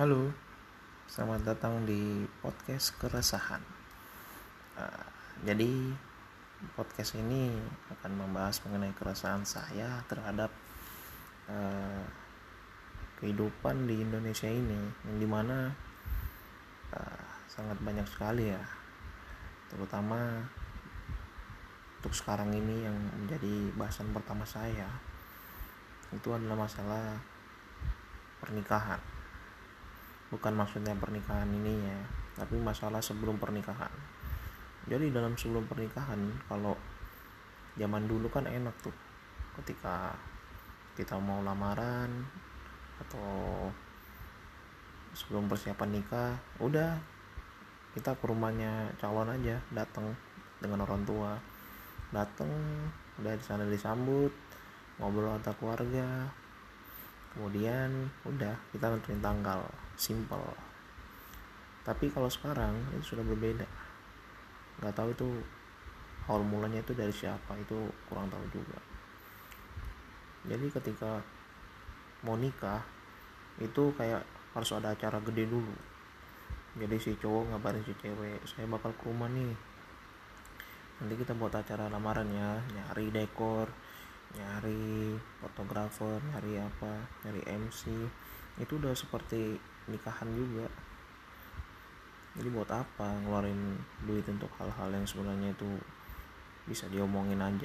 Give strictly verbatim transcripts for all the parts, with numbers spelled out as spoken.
Halo, selamat datang di podcast keresahan. Uh, jadi podcast ini akan membahas mengenai keresahan saya terhadap uh, kehidupan di Indonesia ini, yang dimana uh, sangat banyak sekali ya, terutama untuk sekarang ini yang menjadi bahasan pertama saya itu adalah masalah pernikahan. Bukan maksudnya pernikahan ini ya, tapi masalah sebelum pernikahan. Jadi dalam sebelum pernikahan, kalau zaman dulu kan enak tuh, ketika kita mau lamaran atau sebelum persiapan nikah, udah kita ke rumahnya calon aja, datang dengan orang tua, datang udah di sana disambut, ngobrol antar keluarga, kemudian udah kita nentuin tanggal, simple. Tapi kalau sekarang itu sudah berbeda, nggak tahu itu awal mulanya itu dari siapa, itu kurang tahu juga. Jadi ketika mau nikah itu kayak harus ada acara gede dulu. Jadi si cowok ngabarin si cewek, saya bakal ke rumah nih, nanti kita buat acara lamaran ya, nyari dekor, nyari fotografer, nyari apa, nyari M C. Itu udah seperti nikahan juga. Jadi buat apa ngeluarin duit untuk hal-hal yang sebenarnya itu bisa diomongin aja.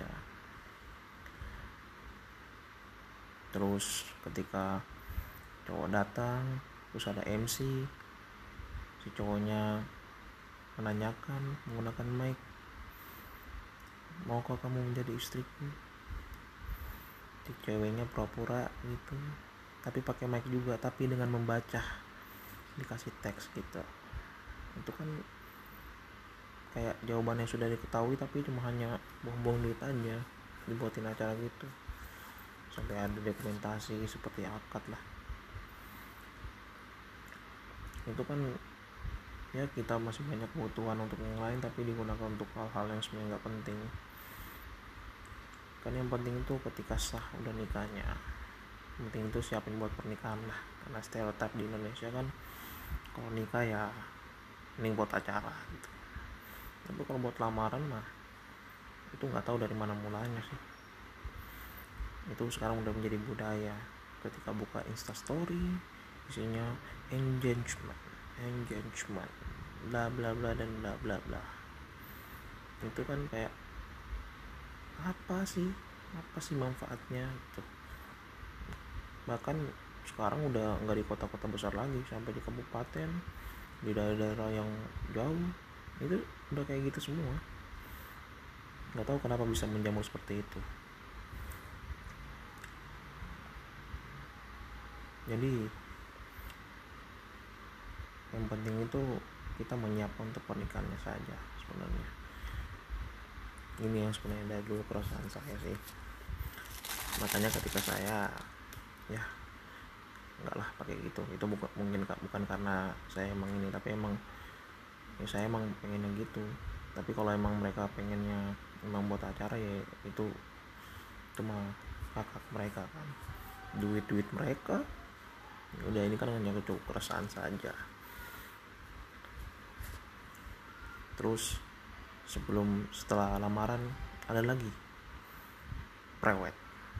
Terus ketika cowok datang, terus ada M C, si cowoknya menanyakan menggunakan mic, maukah kamu menjadi istriku? Si ceweknya pura-pura gitu, tapi pakai mic juga, tapi dengan membaca, dikasih teks gitu. Itu kan kayak jawaban yang sudah diketahui, tapi cuma hanya buang-buang duit aja, dibuatin acara gitu sampai ada dokumentasi seperti akad lah. Itu kan ya, kita masih banyak kebutuhan untuk yang lain, tapi digunakan untuk hal-hal yang sebenarnya nggak penting. Kan yang penting itu ketika sah udah nikahnya, yang penting itu siapin buat pernikahan lah. Karena stereotip di Indonesia kan kalau nikah ya mending buat acara gitu. Tapi kalau buat lamaran mah itu nggak tahu dari mana mulanya sih. Itu sekarang udah menjadi budaya. Ketika buka Instastory isinya engagement, engagement, bla bla bla dan bla bla bla. Itu kan kayak apa sih? Apa sih manfaatnya gitu. Bahkan sekarang udah nggak di kota-kota besar lagi, sampai di kabupaten, di daerah-daerah yang jauh itu udah kayak gitu semua. Nggak tahu kenapa bisa menjamur seperti itu. Jadi yang penting itu kita menyiapkan untuk pernikahannya saja sebenarnya. Ini yang sebenarnya dari dulu perasaan saya sih. Makanya ketika saya ya enggak lah pakai gitu, itu bukan mungkin bukan karena saya emang ini, tapi emang ya saya emang pengennya gitu. Tapi kalau emang mereka pengennya emang buat acara ya itu cuma hak hak mereka kan, duit duit mereka. Udah, ini kan hanya cukup keresahan saja. Terus sebelum setelah lamaran ada lagi prewed.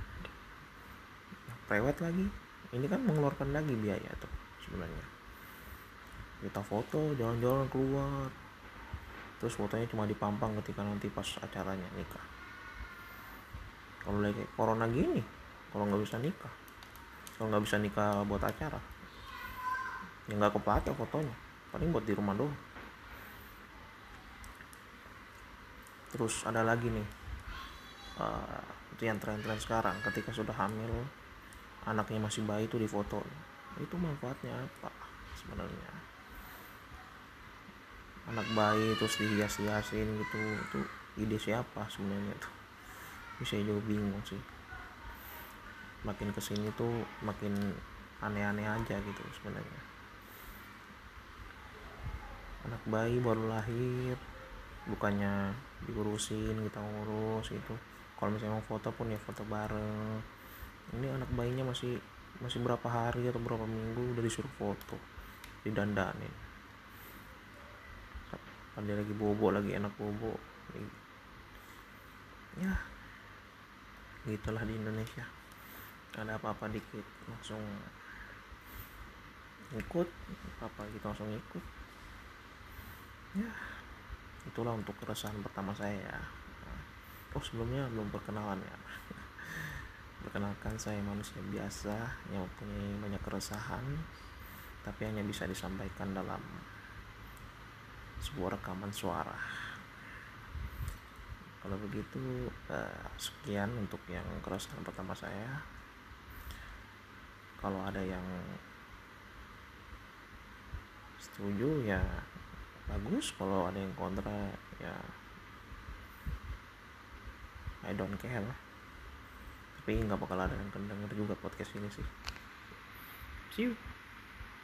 Nah, prewed lagi ini kan mengeluarkan lagi biaya tuh sebenarnya. Kita foto jalan-jalan keluar, terus fotonya cuma dipampang ketika nanti pas acaranya nikah. Kalau lagi corona gini, kalau nggak bisa nikah, kalau nggak bisa nikah buat acara ya nggak kepake fotonya, paling buat di rumah doang. Terus ada lagi nih uh, itu yang tren-tren sekarang, ketika sudah hamil, anaknya masih bayi itu difoto. Itu manfaatnya apa sebenarnya? Anak bayi terus dihias-hiasin gitu, itu ide siapa sebenarnya tuh? Bisa juga bingung sih. Makin kesini tuh makin aneh-aneh aja gitu sebenarnya. Anak bayi baru lahir, bukannya diurusin, kita ngurus gitu. Kalau misalnya mau foto pun ya foto bareng. Ini anak bayinya masih masih berapa hari atau berapa minggu udah disuruh foto. didandanin, dia lagi bobo, lagi enak bobo ya. Gitulah di Indonesia, ada apa-apa dikit langsung ikut, apa gitu langsung ikut ya. Itulah untuk keresahan pertama saya ya. Oh sebelumnya belum perkenalan ya. Perkenalkan, saya manusia biasa yang mempunyai banyak keresahan, tapi hanya bisa disampaikan dalam sebuah rekaman suara. Kalau begitu eh, sekian untuk yang keresahan pertama saya. Kalau ada yang setuju ya bagus, kalau ada yang kontra ya I don't care lah. Tapi nggak bakal ada yang denger juga podcast ini sih. See you.